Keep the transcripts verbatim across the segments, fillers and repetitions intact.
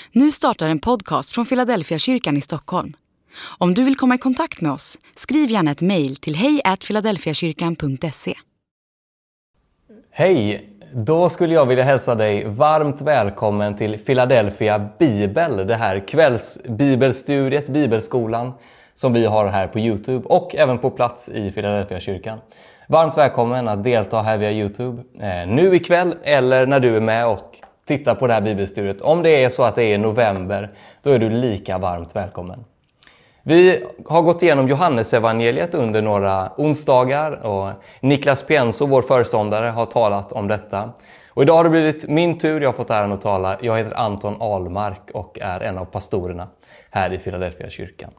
Nu startar en podcast från Philadelphia kyrkan i Stockholm. Om du vill komma i kontakt med oss, skriv gärna ett mejl till hej at philadelphiakyrkan punkt se. Hej! Då skulle jag vilja hälsa dig varmt välkommen till Philadelphia Bibel, det här kvällsbibelstudiet, bibelskolan som vi har här på YouTube och även på plats i Philadelphia kyrkan. Varmt välkommen att delta här via YouTube eh, nu ikväll eller när du är med och tittar på det här bibelstudiet. Om det är så att det är november, då är du lika varmt välkommen. Vi har gått igenom Johannesevangeliet under några onsdagar och Niklas Pienso, vår föreståndare, har talat om detta. Och idag har det blivit min tur, jag har fått äran att tala. Jag heter Anton Ahlmark och är en av pastorerna här i Philadelphia kyrkan.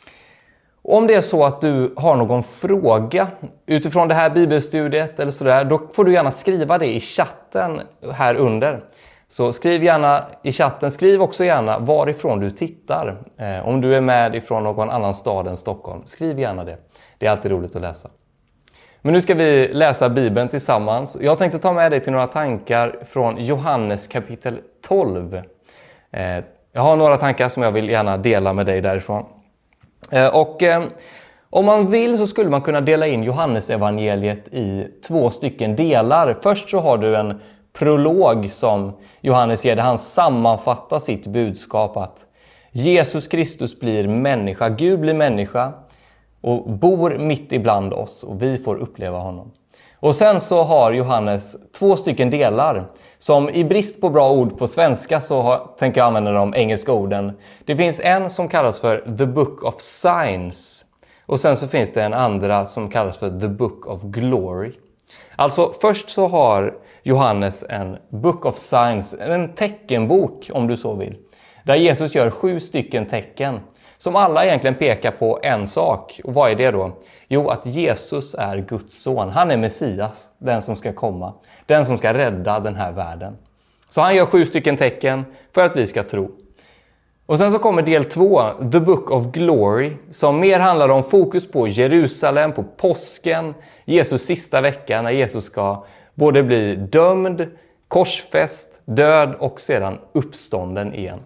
Om det är så att du har någon fråga utifrån det här bibelstudiet eller sådär, då får du gärna skriva det i chatten här under. Så skriv gärna i chatten, skriv också gärna varifrån du tittar. Eh, om du är med ifrån någon annan stad än Stockholm, skriv gärna det. Det är alltid roligt att läsa. Men nu ska vi läsa Bibeln tillsammans. Jag tänkte ta med dig till några tankar från Johannes kapitel tolv. Eh, jag har några tankar som jag vill gärna dela med dig därifrån. Eh, och eh, om man vill så skulle man kunna dela in Johannesevangeliet i två stycken delar. Först så har du en prolog som Johannes ger, där han sammanfattar sitt budskap att Jesus Kristus blir människa, Gud blir människa och bor mitt ibland oss och vi får uppleva honom. Och sen så har Johannes två stycken delar som i brist på bra ord på svenska så har, tänker jag använda de engelska orden. Det finns en som kallas för The Book of Signs och sen så finns det en andra som kallas för The Book of Glory. Alltså först så har Johannes en Book of Signs, en teckenbok om du så vill. Där Jesus gör sju stycken tecken som alla egentligen pekar på en sak. Och vad är det då? Jo, att Jesus är Guds son. Han är Messias, den som ska komma. Den som ska rädda den här världen. Så han gör sju stycken tecken för att vi ska tro. Och sen så kommer del två, The Book of Glory, som mer handlar om fokus på Jerusalem, på påsken, Jesus sista vecka när Jesus ska både bli dömd, korsfäst, död och sedan uppstånden igen.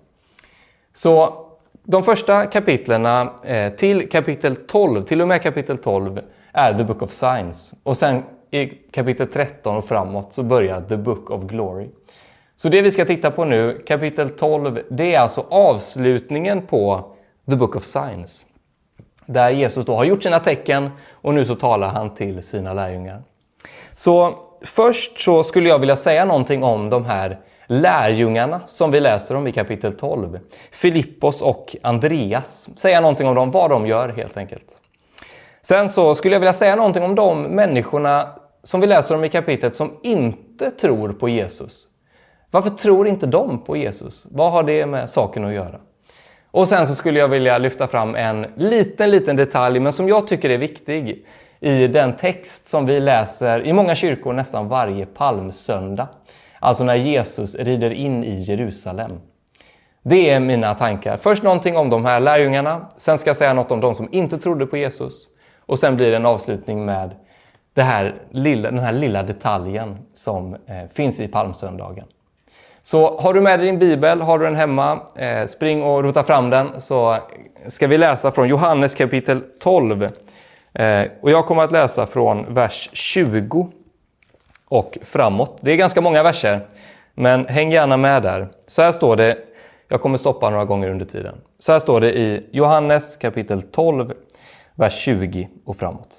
Så de första kapitlerna eh, till kapitel tolv, till och med kapitel tolv, är The Book of Signs. Och sen i kapitel tretton och framåt så börjar The Book of Glory. Så det vi ska titta på nu, kapitel tolv, det är alltså avslutningen på The Book of Signs. Där Jesus då har gjort sina tecken och nu så talar han till sina lärjungar. Så först så skulle jag vilja säga någonting om de här lärjungarna som vi läser om i kapitel tolv. Filippos och Andreas. Säga någonting om dem, vad de gör helt enkelt. Sen så skulle jag vilja säga någonting om de människorna som vi läser om i kapitlet som inte tror på Jesus. Varför tror inte de på Jesus? Vad har det med saken att göra? Och sen så skulle jag vilja lyfta fram en liten, liten detalj, men som jag tycker är viktig i den text som vi läser i många kyrkor nästan varje palmsöndag. Alltså när Jesus rider in i Jerusalem. Det är mina tankar. Först någonting om de här lärjungarna. Sen ska jag säga något om de som inte trodde på Jesus. Och sen blir det en avslutning med det här lilla, den här lilla detaljen som eh, finns i palmsöndagen. Så har du med dig din bibel, har du den hemma, eh, spring och rota fram den, så ska vi läsa från Johannes kapitel tolv. Eh, och jag kommer att läsa från vers tjugo och framåt. Det är ganska många verser, men häng gärna med där. Så här står det, jag kommer stoppa några gånger under tiden. Så här står det i Johannes kapitel tolv, vers tjugo och framåt.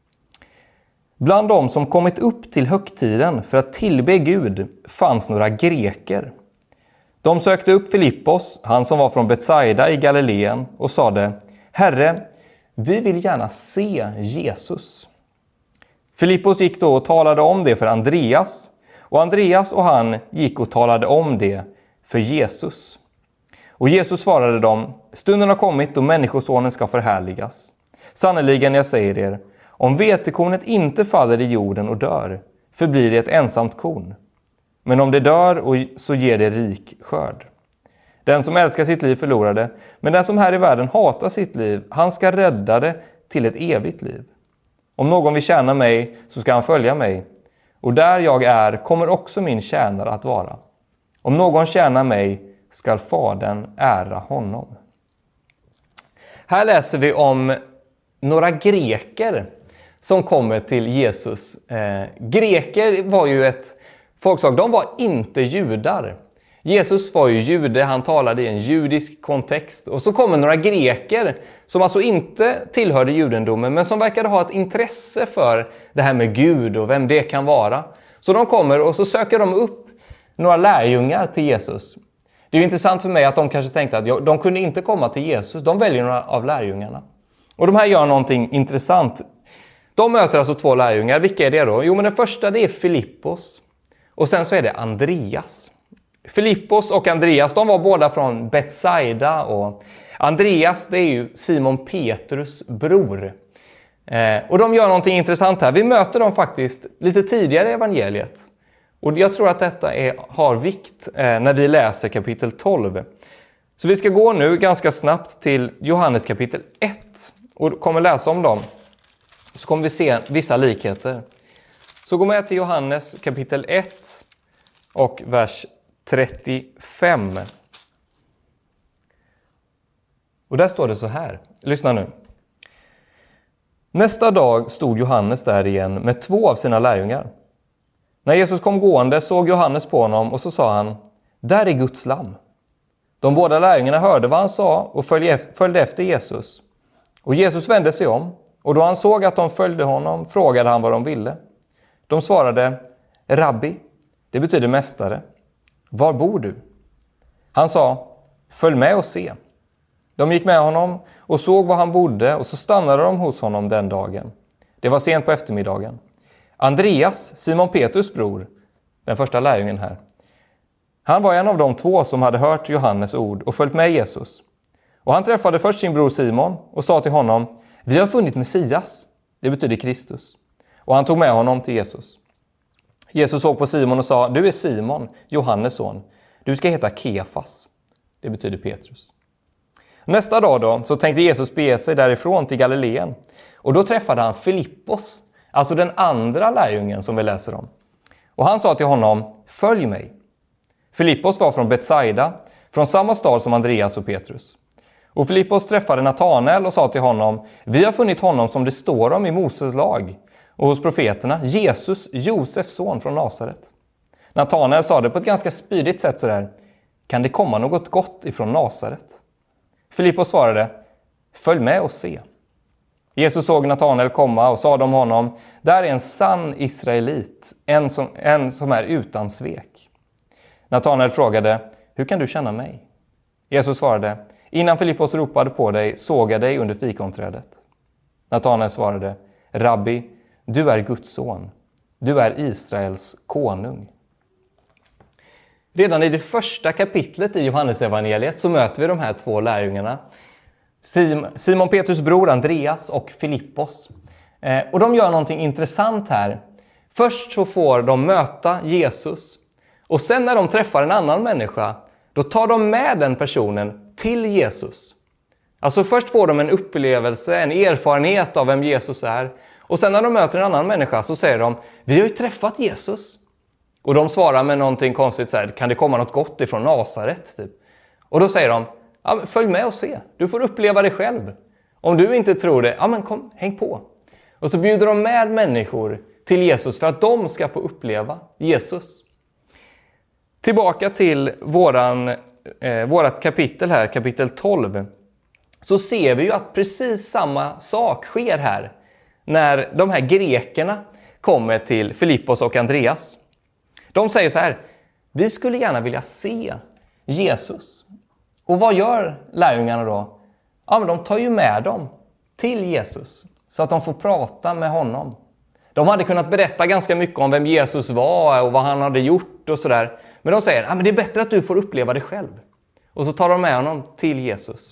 Bland de som kommit upp till högtiden för att tillbe Gud fanns några greker. De sökte upp Filippos, han som var från Betsaida i Galileen, och sade: Herre, vi vill gärna se Jesus. Filippos gick då och talade om det för Andreas, och Andreas och han gick och talade om det för Jesus. Och Jesus svarade dem: Stunden har kommit då människosonen ska förhärligas. Sannoliken, jag säger er, om vetekornet inte faller i jorden och dör, förblir det ett ensamt korn. Men om det dör, och så ger det rik skörd. Den som älskar sitt liv förlorar det, men den som här i världen hatar sitt liv, han ska rädda det till ett evigt liv. Om någon vill tjäna mig, så ska han följa mig. Och där jag är kommer också min tjänare att vara. Om någon tjänar mig, skall Fadern ära honom. Här läser vi om några greker som kommer till Jesus. Eh, greker var ju ett folkslag, de var inte judar. Jesus var ju jude, han talade i en judisk kontext. Och så kommer några greker som alltså inte tillhörde judendomen, men som verkade ha ett intresse för det här med Gud och vem det kan vara. Så de kommer och så söker de upp några lärjungar till Jesus. Det är ju intressant för mig att de kanske tänkte att de kunde inte komma till Jesus. De väljer några av lärjungarna. Och de här gör någonting intressant. De möter alltså två lärjungar. Vilka är det då? Jo, men den första det är Filippos. Och sen så är det Andreas. Filippos och Andreas, de var båda från Betsaida. Och Andreas, det är ju Simon Petrus bror. Eh, och de gör någonting intressant här. Vi möter dem faktiskt lite tidigare i evangeliet. Och jag tror att detta är, har vikt eh, när vi läser kapitel tolv. Så vi ska gå nu ganska snabbt till Johannes kapitel ett. Och kommer läsa om dem. Så kommer vi se vissa likheter. Så gå med till Johannes kapitel ett och vers trettiofem. Och där står det så här. Lyssna nu. Nästa dag stod Johannes där igen med två av sina lärjungar. När Jesus kom gående såg Johannes på honom och så sa han: där är Guds lamm. De båda lärjungarna hörde vad han sa och följde efter Jesus. Och Jesus vände sig om, och då han såg att de följde honom frågade han vad de ville. De svarade: Rabbi, det betyder mästare. Var bor du? Han sa: följ med och se. De gick med honom och såg var han bodde, och så stannade de hos honom den dagen. Det var sent på eftermiddagen. Andreas, Simon Petrus bror, den första lärjungen här, han var en av de två som hade hört Johannes ord och följt med Jesus. Och han träffade först sin bror Simon och sa till honom: vi har funnit Messias, det betyder Kristus. Och han tog med honom till Jesus. Jesus såg på Simon och sa: du är Simon, Johannes son. Du ska heta Kefas, det betyder Petrus. Nästa dag då så tänkte Jesus bege sig därifrån till Galileen. Och då träffade han Filippos, alltså den andra lärjungen som vi läser om. Och han sa till honom: följ mig. Filippos var från Betsaida, från samma stad som Andreas och Petrus. Och Filippos träffade Natanael och sa till honom: vi har funnit honom som det står om i Moses lag och hos profeterna, Jesus, Josefs son från Nasaret. Natanael sa det på ett ganska spydigt sätt sådär: kan det komma något gott ifrån Nasaret? Filippos svarade: följ med och se. Jesus såg Natanael komma och sa om honom: där är en sann israelit, en som, en som är utan svek. Natanael frågade: hur kan du känna mig? Jesus svarade: innan Filippos ropade på dig såg jag dig under fikonträdet. Natanael svarade: Rabbi, du är Guds son. Du är Israels konung. Redan i det första kapitlet i Johannes evangeliet så möter vi de här två lärjungarna. Simon Petrus bror Andreas och Filippos. Eh, och de gör någonting intressant här. Först så får de möta Jesus. Och sen när de träffar en annan människa, då tar de med den personen till Jesus. Alltså först får de en upplevelse, en erfarenhet av vem Jesus är. Och sen när de möter en annan människa så säger de: vi har ju träffat Jesus. Och de svarar med någonting konstigt så här: kan det komma något gott ifrån Nasaret? Typ. Och då säger de: ja, men följ med och se. Du får uppleva det själv. Om du inte tror det, ja men kom, häng på. Och så bjuder de med människor till Jesus för att de ska få uppleva Jesus. Tillbaka till våran, eh, vårat kapitel här, kapitel tolv. Så ser vi ju att precis samma sak sker här. När de här grekerna kommer till Filippos och Andreas. De säger så här: vi skulle gärna vilja se Jesus. Och vad gör lärjungarna då? Ja, men de tar ju med dem till Jesus så att de får prata med honom. De hade kunnat berätta ganska mycket om vem Jesus var och vad han hade gjort och sådär. Men de säger: ja, men det är bättre att du får uppleva det själv. Och så tar de med honom till Jesus.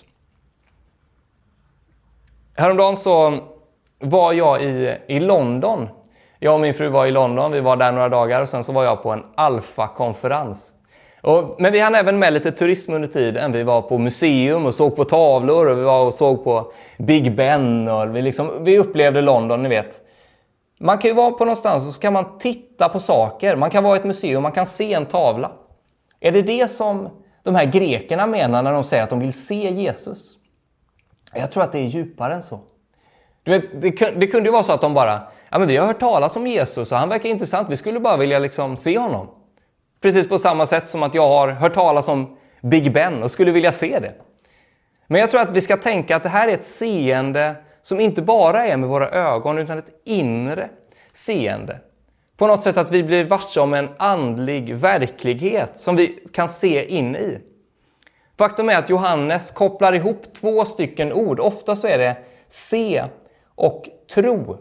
Häromdagen så var jag i, i London. Jag och min fru var i London, vi var där några dagar och sen så var jag på en alfa-konferens. Och, men vi hann även med lite turism under tiden. Vi var på museum och såg på tavlor och vi var och såg på Big Ben. Och vi, liksom, vi upplevde London, ni vet. Man kan ju vara på någonstans och så kan man titta på saker. Man kan vara i ett museum, man kan se en tavla. Är det det som, de här grekerna menar när de säger att de vill se Jesus. Jag tror att det är djupare än så. Du vet, det, det kunde ju vara så att de bara, ja men vi har hört talas om Jesus och han verkar intressant, vi skulle bara vilja liksom se honom. Precis på samma sätt som att jag har hört talas om Big Ben och skulle vilja se det. Men jag tror att vi ska tänka att det här är ett seende som inte bara är med våra ögon utan ett inre seende. På något sätt att vi blir varse om en andlig verklighet som vi kan se in i. Faktum är att Johannes kopplar ihop två stycken ord. Ofta så är det se och tro.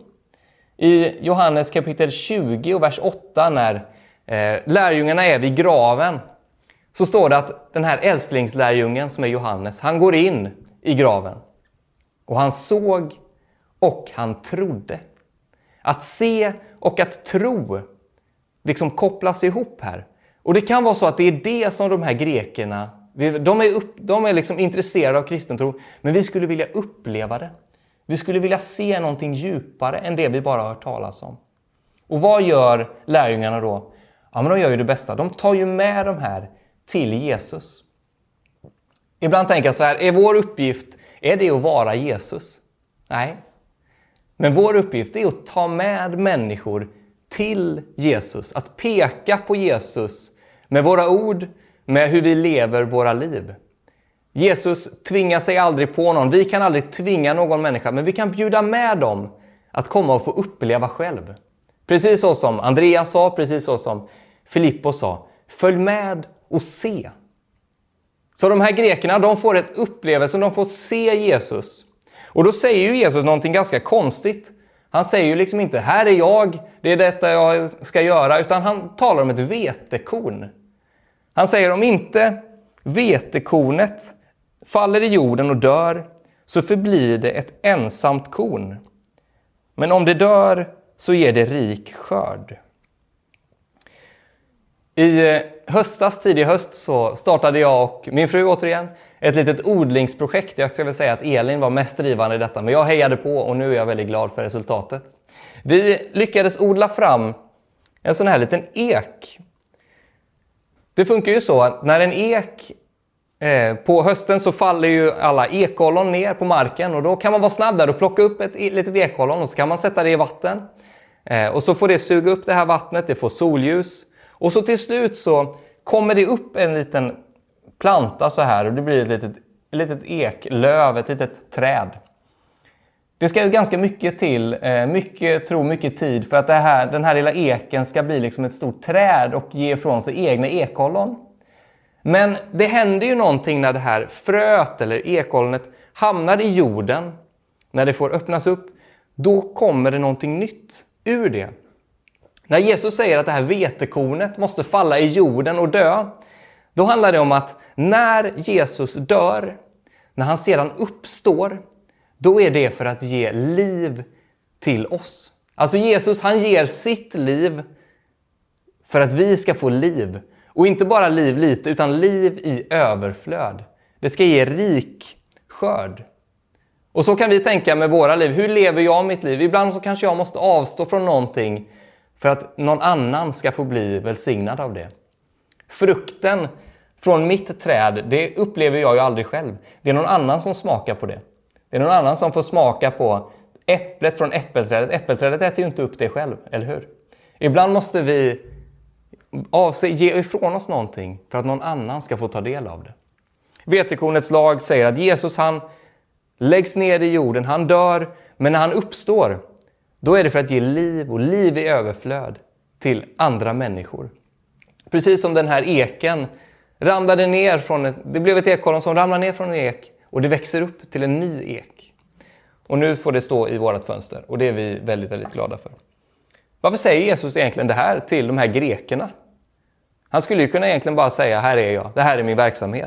I Johannes kapitel tjugo och vers åtta när eh, lärjungarna är vid graven så står det att den här älsklingslärjungen som är Johannes, han går in i graven. Och han såg och han trodde. Att se och att tro liksom kopplas ihop här. Och det kan vara så att det är det som de här grekerna, de är, upp, de är liksom intresserade av kristentro, men vi skulle vilja uppleva det. Vi skulle vilja se någonting djupare än det vi bara har hört talas om. Och vad gör lärjungarna då? Ja, men de gör ju det bästa. De tar ju med de här till Jesus. Ibland tänker jag så här, är vår uppgift, är det att vara Jesus? Nej. Men vår uppgift är att ta med människor till Jesus. Att peka på Jesus med våra ord, med hur vi lever våra liv. Jesus tvingar sig aldrig på någon. Vi kan aldrig tvinga någon människa, men vi kan bjuda med dem att komma och få uppleva själv. Precis så som Andreas sa, precis så som Filippos sa. Följ med och se. Så de här grekerna, de får ett upplevelse, de får se Jesus. Och då säger ju Jesus någonting ganska konstigt. Han säger ju liksom inte, här är jag, det är detta jag ska göra, utan han talar om ett vetekorn. Han säger, om inte vetekornet faller i jorden och dör, så förblir det ett ensamt korn. Men om det dör, så ger det rik skörd. I höstas, tidig höst, så startade jag och min fru återigen ett litet odlingsprojekt. Jag ska väl säga att Elin var mest drivande i detta, men jag hejade på och nu är jag väldigt glad för resultatet. Vi lyckades odla fram en sån här liten ek. Det funkar ju så att när en ek, eh, på hösten så faller ju alla ekollon ner på marken och då kan man vara snabb där och plocka upp ett litet ekollon och så kan man sätta det i vatten. Eh, och så får det suga upp det här vattnet, det får solljus. Och så till slut så kommer det upp en liten planta så här och det blir ett litet, ett litet eklöv, ett litet träd. Det ska ju ganska mycket till, mycket tro, mycket tid för att det här, den här lilla eken ska bli liksom ett stort träd och ge ifrån sig egna ekollon. Men det händer ju någonting när det här fröet eller ekollonet hamnar i jorden, när det får öppnas upp, då kommer det någonting nytt ur det. När Jesus säger att det här vetekornet måste falla i jorden och dö, då handlar det om att när Jesus dör, när han sedan uppstår, då är det för att ge liv till oss. Alltså Jesus, han ger sitt liv för att vi ska få liv. Och inte bara liv lite, utan liv i överflöd. Det ska ge rik skörd. Och så kan vi tänka med våra liv. Hur lever jag mitt liv? Ibland så kanske jag måste avstå från någonting för att någon annan ska få bli välsignad av det. Frukten från mitt träd, det upplever jag ju aldrig själv. Det är någon annan som smakar på det. Det är någon annan som får smaka på äpplet från äppelträdet. Äppelträdet äter ju inte upp det själv, eller hur? Ibland måste vi avse, ge ifrån oss någonting för att någon annan ska få ta del av det. Vetekornets lag säger att Jesus, han läggs ner i jorden, han dör, men när han uppstår, då är det för att ge liv och liv i överflöd till andra människor. Precis som den här eken ramlade ner från ett, det blev ett ekollon som ramlade ner från en ek och det växer upp till en ny ek. Och nu får det stå i vårt fönster och det är vi väldigt, väldigt glada för. Varför säger Jesus egentligen det här till de här grekerna? Han skulle ju kunna egentligen bara säga, här är jag, det här är min verksamhet.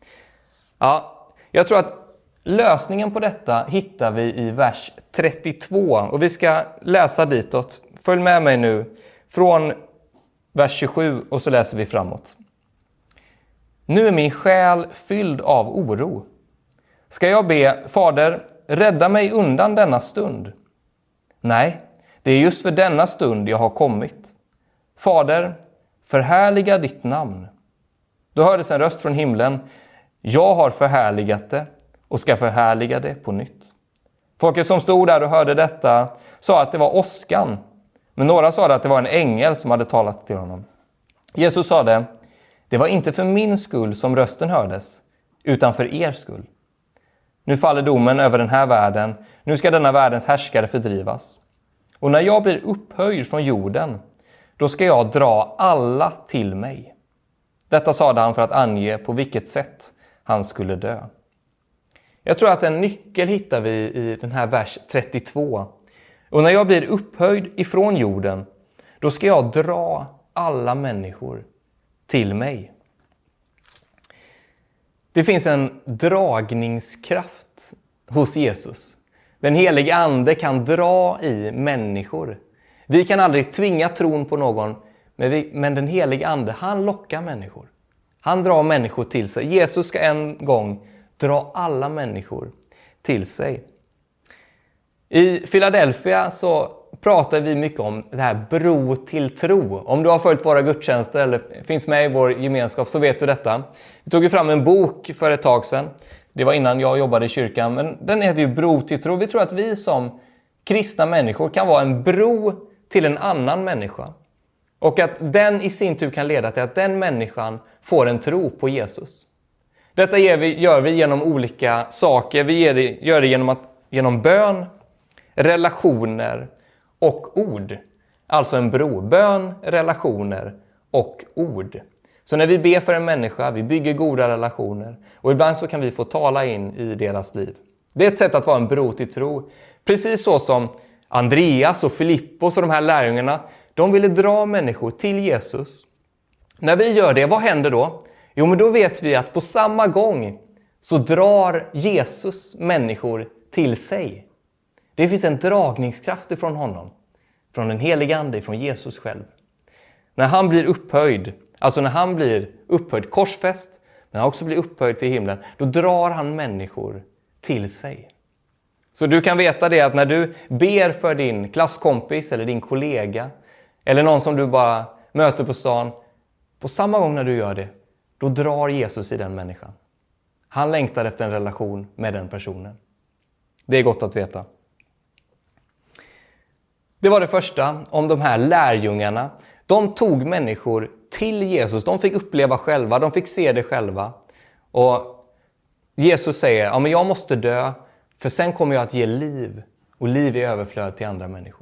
Ja, jag tror att lösningen på detta hittar vi i vers trettiotvå och vi ska läsa ditåt. Följ med mig nu från vers tjugosju och så läser vi framåt. Nu är min själ fylld av oro. Ska jag be, Fader, rädda mig undan denna stund? Nej, det är just för denna stund jag har kommit. Fader, förhärliga ditt namn. Då hördes en röst från himlen. Jag har förhärligat det och ska förhärliga det på nytt. Folket som stod där och hörde detta sa att det var åskan. Men några sa att det var en ängel som hade talat till honom. Jesus sa det. Det var inte för min skull som rösten hördes, utan för er skull. Nu faller domen över den här världen. Nu ska denna världens härskare fördrivas. Och när jag blir upphöjd från jorden, då ska jag dra alla till mig. Detta sade han för att ange på vilket sätt han skulle dö. Jag tror att en nyckel hittar vi i den här vers trettiotvå. Och när jag blir upphöjd ifrån jorden, då ska jag dra alla människor till mig. Det finns en dragningskraft hos Jesus. Den helige ande kan dra i människor. Vi kan aldrig tvinga tron på någon, men, vi, men den helige ande, han lockar människor. Han drar människor till sig. Jesus ska en gång dra alla människor till sig. I Philadelphia så pratar vi mycket om det här bro till tro. Om du har följt våra gudstjänster eller finns med i vår gemenskap så vet du detta. Vi tog ju fram en bok för ett tag sedan. Det var innan jag jobbade i kyrkan, men den heter ju Bro till tro. Vi tror att vi som kristna människor kan vara en bro till en annan människa. Och att den i sin tur kan leda till att den människan får en tro på Jesus. Detta gör vi, gör vi genom olika saker. Vi gör det, gör det genom, att, genom bön, relationer och ord. Alltså en bro. Bön, relationer och ord. Så när vi ber för en människa, vi bygger goda relationer. Och ibland så kan vi få tala in i deras liv. Det är ett sätt att vara en bro till tro. Precis så som Andreas och Filippos och de här lärjungarna, de ville dra människor till Jesus. När vi gör det, vad händer då? Jo, men då vet vi att på samma gång så drar Jesus människor till sig. Det finns en dragningskraft ifrån honom. Från den helige ande, från Jesus själv. När han blir upphöjd, alltså när han blir upphöjd korsfäst, men han också blir upphöjd till himlen, då drar han människor till sig. Så du kan veta det att när du ber för din klasskompis eller din kollega eller någon som du bara möter på stan, på samma gång när du gör det, då drar Jesus i den människan. Han längtar efter en relation med den personen. Det är gott att veta. Det var det första om de här lärjungarna. De tog människor till Jesus. De fick uppleva själva, de fick se det själva. Och Jesus säger, ja men jag måste dö, för sen kommer jag att ge liv. Och liv i överflöd till andra människor.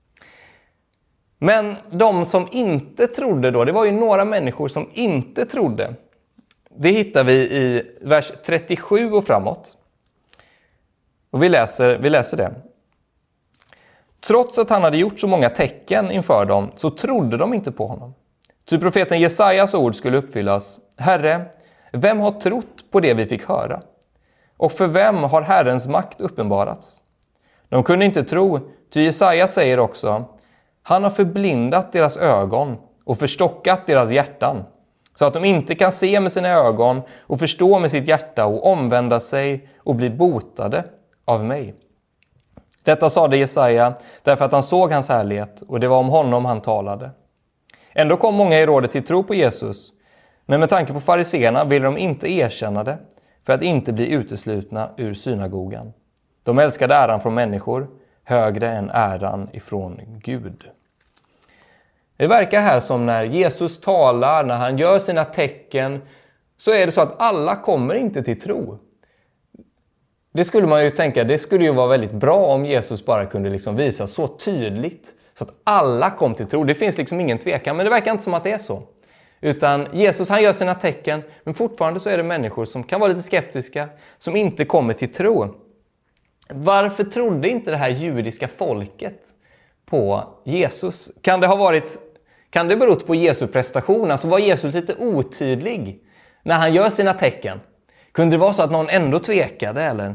Men de som inte trodde då, det var ju några människor som inte trodde. Det hittar vi i vers trettiosju och framåt. Och vi läser, vi läser det. Trots att han hade gjort så många tecken inför dem så trodde de inte på honom. Så profeten Jesajas ord skulle uppfyllas. Herre, vem har trott på det vi fick höra? Och för vem har Herrens makt uppenbarats? De kunde inte tro, ty Jesaja säger också, han har förblindat deras ögon och förstockat deras hjärtan, så att de inte kan se med sina ögon och förstå med sitt hjärta och omvända sig och bli botade av mig. Detta sade Jesaja därför att han såg hans härlighet och det var om honom han talade. Ändå kom många i rådet till tro på Jesus, men med tanke på fariseerna ville de inte erkänna det för att inte bli uteslutna ur synagogan. De älskade äran från människor högre än äran ifrån Gud. Det verkar här som när Jesus talar, när han gör sina tecken, så är det så att alla kommer inte till tro. Det skulle man ju tänka, det skulle ju vara väldigt bra om Jesus bara kunde liksom visa så tydligt så att alla kom till tro. Det finns liksom ingen tvekan, men det verkar inte som att det är så. Utan Jesus, han gör sina tecken, men fortfarande så är det människor som kan vara lite skeptiska, som inte kommer till tro. Varför trodde inte det här judiska folket på Jesus? Kan det ha varit, kan det berott på Jesu prestation? Alltså var Jesus lite otydlig när han gör sina tecken? Kunde det vara så att någon ändå tvekade eller?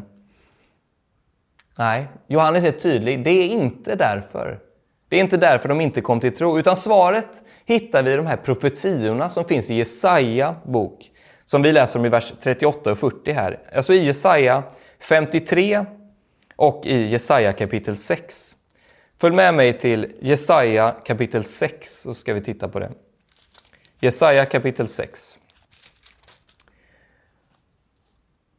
Nej, Johannes är tydlig. Det är inte därför. Det är inte därför de inte kom till tro. Utan svaret hittar vi i de här profetiorna som finns i Jesaja bok. Som vi läser om i vers trettioåtta och fyrtio här. Alltså i Jesaja femtiotre och i Jesaja kapitel sex. Följ med mig till Jesaja kapitel sex så ska vi titta på det. Jesaja kapitel sex.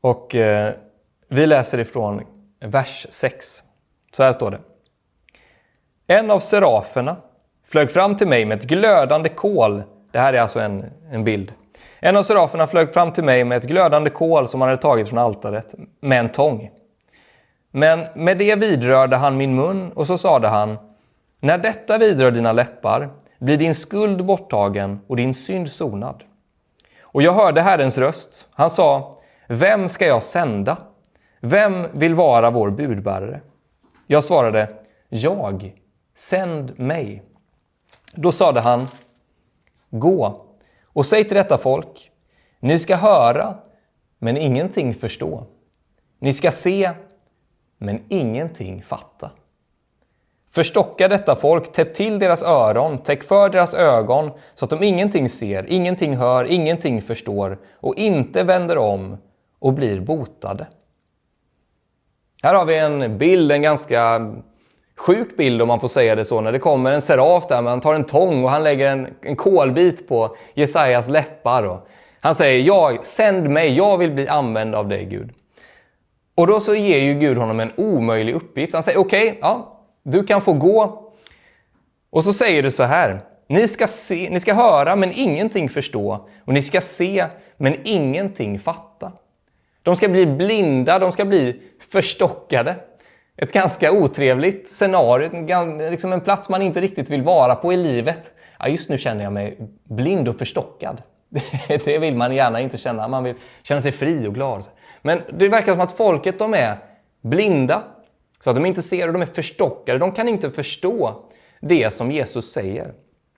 Och eh, vi läser ifrån vers sex. Så här står det. En av seraferna flög fram till mig med ett glödande kol. Det här är alltså en, en bild. En av seraferna flög fram till mig med ett glödande kol som han hade tagit från altaret med en tång. Men med det vidrörde han min mun och så sade han: när detta vidrör dina läppar blir din skuld borttagen och din synd sonad. Och jag hörde Herrens röst. Han sa: vem ska jag sända? Vem vill vara vår budbärare? Jag svarade: jag, sänd mig. Då sade han: gå och säg till detta folk: ni ska höra, men ingenting förstå. Ni ska se, men ingenting fatta. Förstocka detta folk, täpp till deras öron, täck för deras ögon, så att de ingenting ser, ingenting hör, ingenting förstår och inte vänder om och blir botade. Här har vi en bild, en ganska sjuk bild om man får säga det så, när det kommer en seraf där, man tar en tång och han lägger en, en kolbit på Jesajas läppar. Och han säger: jag, sänd mig, jag vill bli använd av dig, Gud. Och då så ger ju Gud honom en omöjlig uppgift. Han säger: okej, okay, ja, du kan få gå. Och så säger du så här: ni ska, se, ni ska höra men ingenting förstå, och ni ska se men ingenting fatta. De ska bli blinda, de ska bli förstockade. Ett ganska otrevligt scenario, liksom en plats man inte riktigt vill vara på i livet. Ja, just nu känner jag mig blind och förstockad. Det vill man gärna inte känna, man vill känna sig fri och glad. Men det verkar som att folket, de är blinda, så att de inte ser, och de är förstockade. De kan inte förstå det som Jesus säger.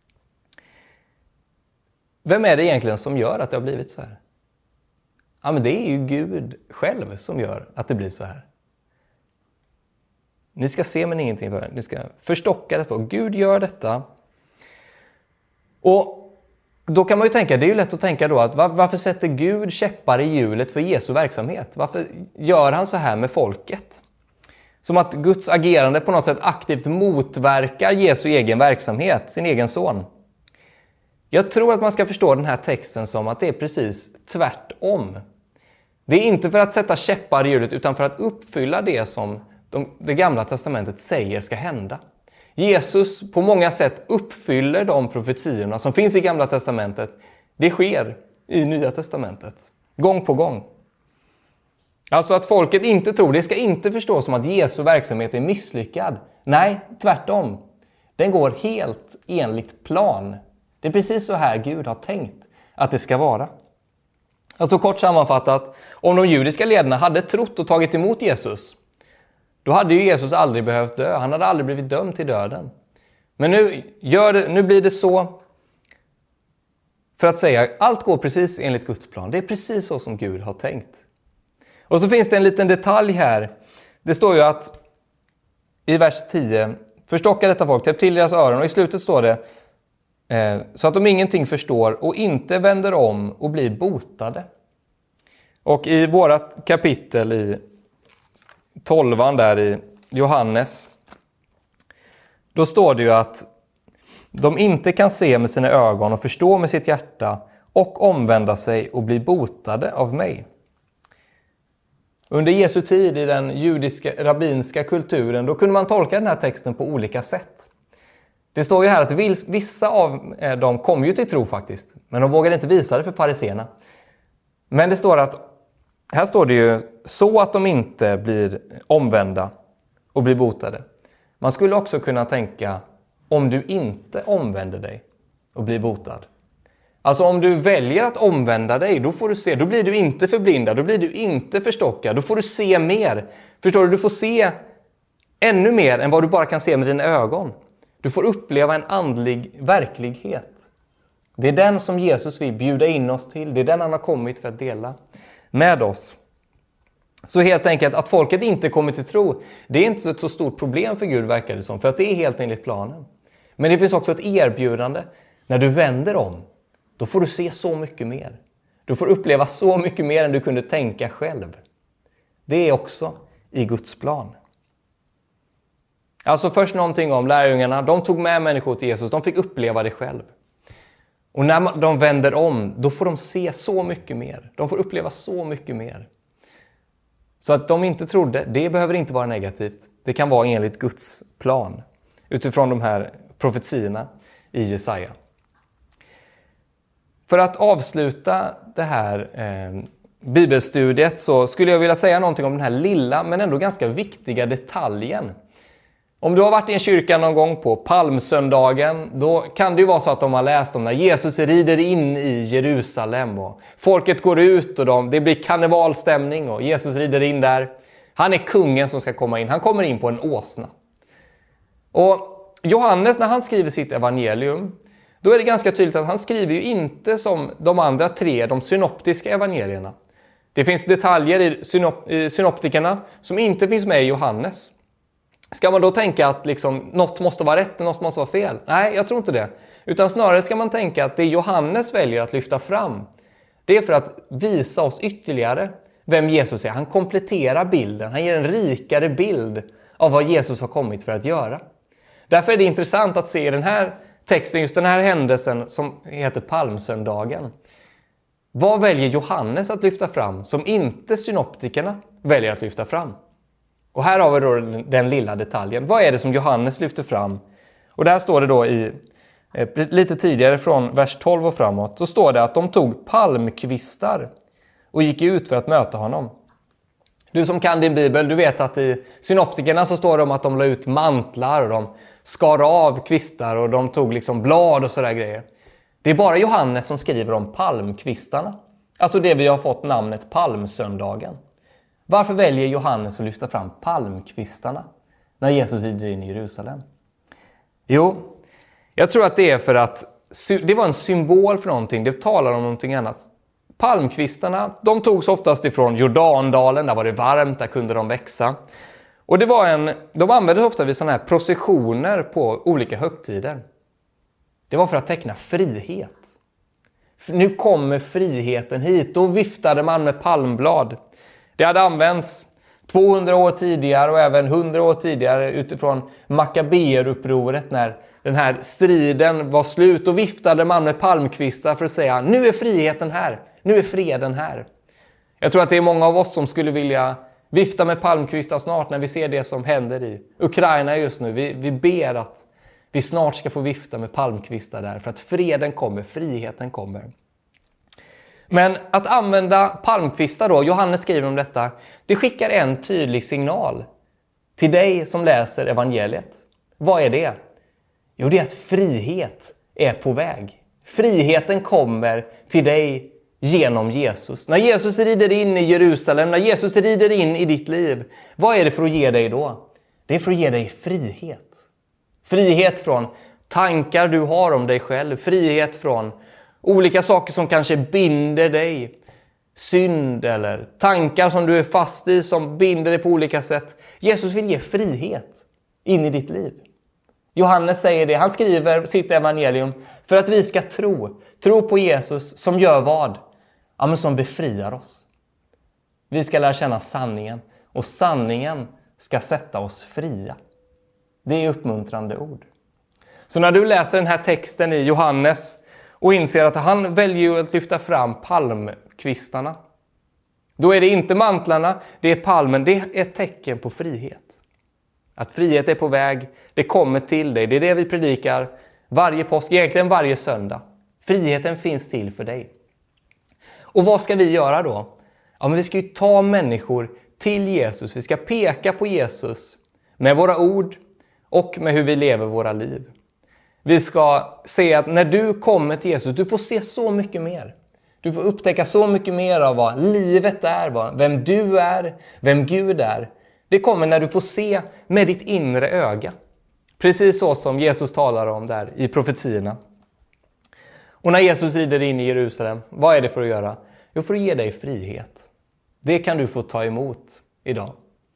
Vem är det egentligen som gör att det har blivit så här? Ja, men det är ju Gud själv som gör att det blir så här. Ni ska se men ingenting för. Ni ska förstocka det för. Gud gör detta. Och då kan man ju tänka, det är ju lätt att tänka då att varför sätter Gud käppar i hjulet för Jesu verksamhet? Varför gör han så här med folket? Som att Guds agerande på något sätt aktivt motverkar Jesu egen verksamhet, sin egen son. Jag tror att man ska förstå den här texten som att det är precis tvärtom. Det är inte för att sätta käppar i hjulet utan för att uppfylla det som de, det gamla testamentet säger ska hända. Jesus på många sätt uppfyller de profetiorna som finns i gamla testamentet. Det sker i nya testamentet, gång på gång. Alltså att folket inte tror, det ska inte förstås som att Jesu verksamhet är misslyckad. Nej, tvärtom. Den går helt enligt plan. Det är precis så här Gud har tänkt att det ska vara. Alltså kort sammanfattat, om de judiska ledarna hade trott och tagit emot Jesus, då hade ju Jesus aldrig behövt dö. Han hade aldrig blivit dömd till döden. Men nu, gör det, nu blir det så, för att säga, allt går precis enligt Guds plan. Det är precis så som Gud har tänkt. Och så finns det en liten detalj här. Det står ju att i vers tio, förstocka detta folk, täpp till deras öron. Och i slutet står det, eh, så att de ingenting förstår och inte vänder om och blir botade. Och i vårat kapitel i tolvan där i Johannes, då står det ju att de inte kan se med sina ögon och förstå med sitt hjärta och omvända sig och bli botade av mig. Under Jesu tid i den judiska rabbinska kulturen, då kunde man tolka den här texten på olika sätt. Det står ju här att vissa av dem kom ju till tro faktiskt, men de vågade inte visa det för fariséerna. Men det står att, här står det ju så att de inte blir omvända och blir botade. Man skulle också kunna tänka, om du inte omvänder dig och blir botad. Alltså om du väljer att omvända dig, då får du se, då blir du inte förblindad, då blir du inte förstockad, då får du se mer. Förstår du? Du får se ännu mer än vad du bara kan se med dina ögon. Du får uppleva en andlig verklighet. Det är den som Jesus vill bjuda in oss till. Det är den han har kommit för att dela med oss. Så helt enkelt att folket inte kommer till tro, det är inte ett så stort problem för Gud, verkar det som. För att det är helt enligt planen. Men det finns också ett erbjudande. När du vänder om, då får du se så mycket mer. Du får uppleva så mycket mer än du kunde tänka själv. Det är också i Guds plan. Alltså först någonting om lärjungarna. De tog med människor till Jesus. De fick uppleva det själv. Och när de vänder om, då får de se så mycket mer. De får uppleva så mycket mer. Så att de inte trodde, det behöver inte vara negativt. Det kan vara enligt Guds plan. Utifrån de här profetierna i Jesaja. För att avsluta det här eh, bibelstudiet så skulle jag vilja säga någonting om den här lilla men ändå ganska viktiga detaljen. Om du har varit i en kyrka någon gång på palmsöndagen, då kan det ju vara så att de har läst om när Jesus rider in i Jerusalem och folket går ut och de, det blir karnevalstämning och Jesus rider in där. Han är kungen som ska komma in, han kommer in på en åsna. Och Johannes, när han skriver sitt evangelium, då är det ganska tydligt att han skriver ju inte som de andra tre, de synoptiska evangelierna. Det finns detaljer i, synop- i synoptikerna som inte finns med i Johannes. Ska man då tänka att liksom, något måste vara rätt och något måste vara fel? Nej, jag tror inte det. Utan snarare ska man tänka att det Johannes väljer att lyfta fram, det är för att visa oss ytterligare vem Jesus är. Han kompletterar bilden, han ger en rikare bild av vad Jesus har kommit för att göra. Därför är det intressant att se den här texten, just den här händelsen som heter palmsöndagen. Vad väljer Johannes att lyfta fram som inte synoptikerna väljer att lyfta fram? Och här har vi då den, den lilla detaljen. Vad är det som Johannes lyfter fram? Och där står det då i eh, lite tidigare från vers tolv och framåt. Så står det att de tog palmkvistar och gick ut för att möta honom. Du som kan din bibel, du vet att i synoptikerna så står det om att de la ut mantlar och de skar av kvistar och de tog liksom blad och sådär grejer. Det är bara Johannes som skriver om palmkvistarna. Alltså det vi har fått namnet palmsöndagen. Varför väljer Johannes att lyfta fram palmkvistarna när Jesus rider in i Jerusalem? Jo, jag tror att det är för att det var en symbol för någonting. Det talar om någonting annat. Palmkvistarna, de togs oftast ifrån Jordandalen, där var det varmt, där kunde de växa. Och det var en, de användes ofta vid sådana här processioner på olika högtider. Det var för att teckna frihet. Nu kommer friheten hit. Då viftade man med palmblad. Det hade använts tvåhundra år tidigare och även hundra år tidigare utifrån Makabeerupproret när den här striden var slut. Och viftade man med palmkvistar för att säga nu är friheten här, nu är freden här. Jag tror att det är många av oss som skulle vilja vifta med palmkvistar snart när vi ser det som händer i Ukraina just nu. Vi, vi ber att vi snart ska få vifta med palmkvistar där för att freden kommer, friheten kommer. Men att använda palmkvistar då, Johannes skriver om detta, det skickar en tydlig signal till dig som läser evangeliet. Vad är det? Jo, det är att frihet är på väg. Friheten kommer till dig genom Jesus. När Jesus rider in i Jerusalem, när Jesus rider in i ditt liv, vad är det för att ge dig då? Det är för att ge dig frihet. Frihet från tankar du har om dig själv, frihet från olika saker som kanske binder dig. Synd eller tankar som du är fast i som binder dig på olika sätt. Jesus vill ge frihet in i ditt liv. Johannes säger det, han skriver sitt evangelium för att vi ska tro. Tro på Jesus som gör vad? Ja, men som befriar oss. Vi ska lära känna sanningen och sanningen ska sätta oss fria. Det är uppmuntrande ord. Så när du läser den här texten i Johannes och inser att han väljer att lyfta fram palmkvistarna. Då är det inte mantlarna, det är palmen, det är ett tecken på frihet. Att frihet är på väg, det kommer till dig. Det är det vi predikar varje påsk, egentligen varje söndag. Friheten finns till för dig. Och vad ska vi göra då? Ja, men vi ska ju ta människor till Jesus. Vi ska peka på Jesus med våra ord och med hur vi lever våra liv. Vi ska se att när du kommer till Jesus, du får se så mycket mer. Du får upptäcka så mycket mer av vad livet är, vad, vem du är, vem Gud är. Det kommer när du får se med ditt inre öga. Precis så som Jesus talar om där i profetierna. Och när Jesus rider in i Jerusalem, vad är det för att göra? Jo, för att ge dig frihet. Det kan du få ta emot idag.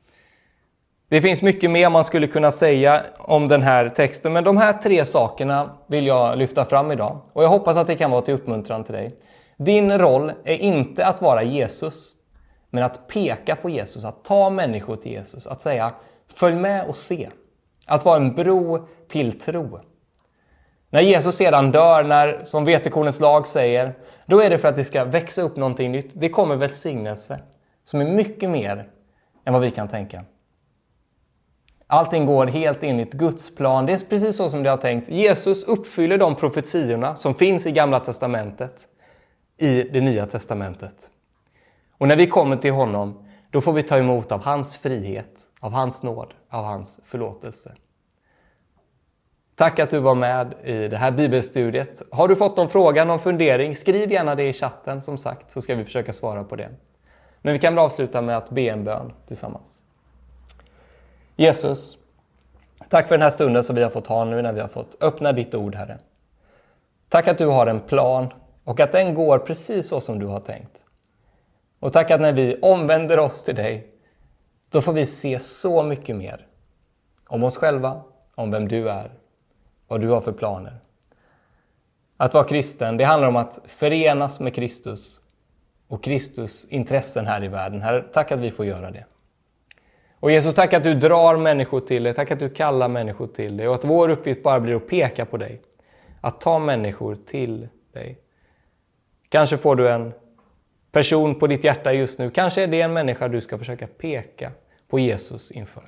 Det finns mycket mer man skulle kunna säga om den här texten. Men de här tre sakerna vill jag lyfta fram idag. Och jag hoppas att det kan vara till uppmuntran till dig. Din roll är inte att vara Jesus. Men att peka på Jesus. Att ta människor till Jesus. Att säga, följ med och se. Att vara en bro till tro. När Jesus sedan dör, när, som vetekornets lag säger, då är det för att det ska växa upp någonting nytt. Det kommer välsignelse som är mycket mer än vad vi kan tänka. Allting går helt enligt Guds plan. Det är precis så som det har tänkt. Jesus uppfyller de profetiorna som finns i Gamla testamentet i det Nya testamentet. Och när vi kommer till honom, då får vi ta emot av hans frihet, av hans nåd, av hans förlåtelse. Tack att du var med i det här bibelstudiet. Har du fått någon fråga, någon fundering, skriv gärna det i chatten som sagt, så ska vi försöka svara på det. Men vi kan väl avsluta med att be en bön tillsammans. Jesus, tack för den här stunden som vi har fått ha nu när vi har fått öppna ditt ord, Herre. Tack att du har en plan och att den går precis så som du har tänkt. Och tack att när vi omvänder oss till dig, då får vi se så mycket mer om oss själva, om vem du är, vad du har för planer. Att vara kristen, det handlar om att förenas med Kristus och Kristus intressen här i världen. Herre, tack att vi får göra det. Och Jesus, tack att du drar människor till dig. Tack att du kallar människor till dig. Och att vår uppgift bara blir att peka på dig. Att ta människor till dig. Kanske får du en person på ditt hjärta just nu. Kanske är det en människa du ska försöka peka på Jesus inför.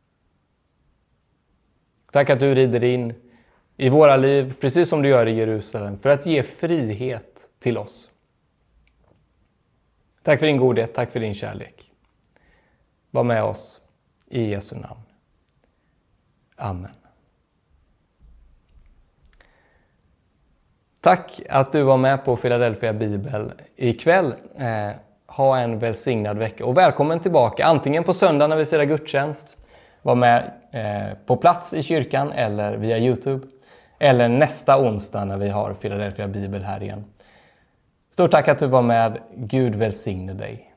Tack att du rider in i våra liv, precis som du gör i Jerusalem, för att ge frihet till oss. Tack för din godhet, tack för din kärlek. Var med oss i Jesu namn. Amen. Tack att du var med på Philadelphia Bibel ikväll. Eh, ha en välsignad vecka och välkommen tillbaka. Antingen på söndag när vi firar gudstjänst. Var med eh, på plats i kyrkan eller via YouTube. Eller nästa onsdag när vi har Philadelphia Bibel här igen. Stort tack att du var med. Gud välsigne dig.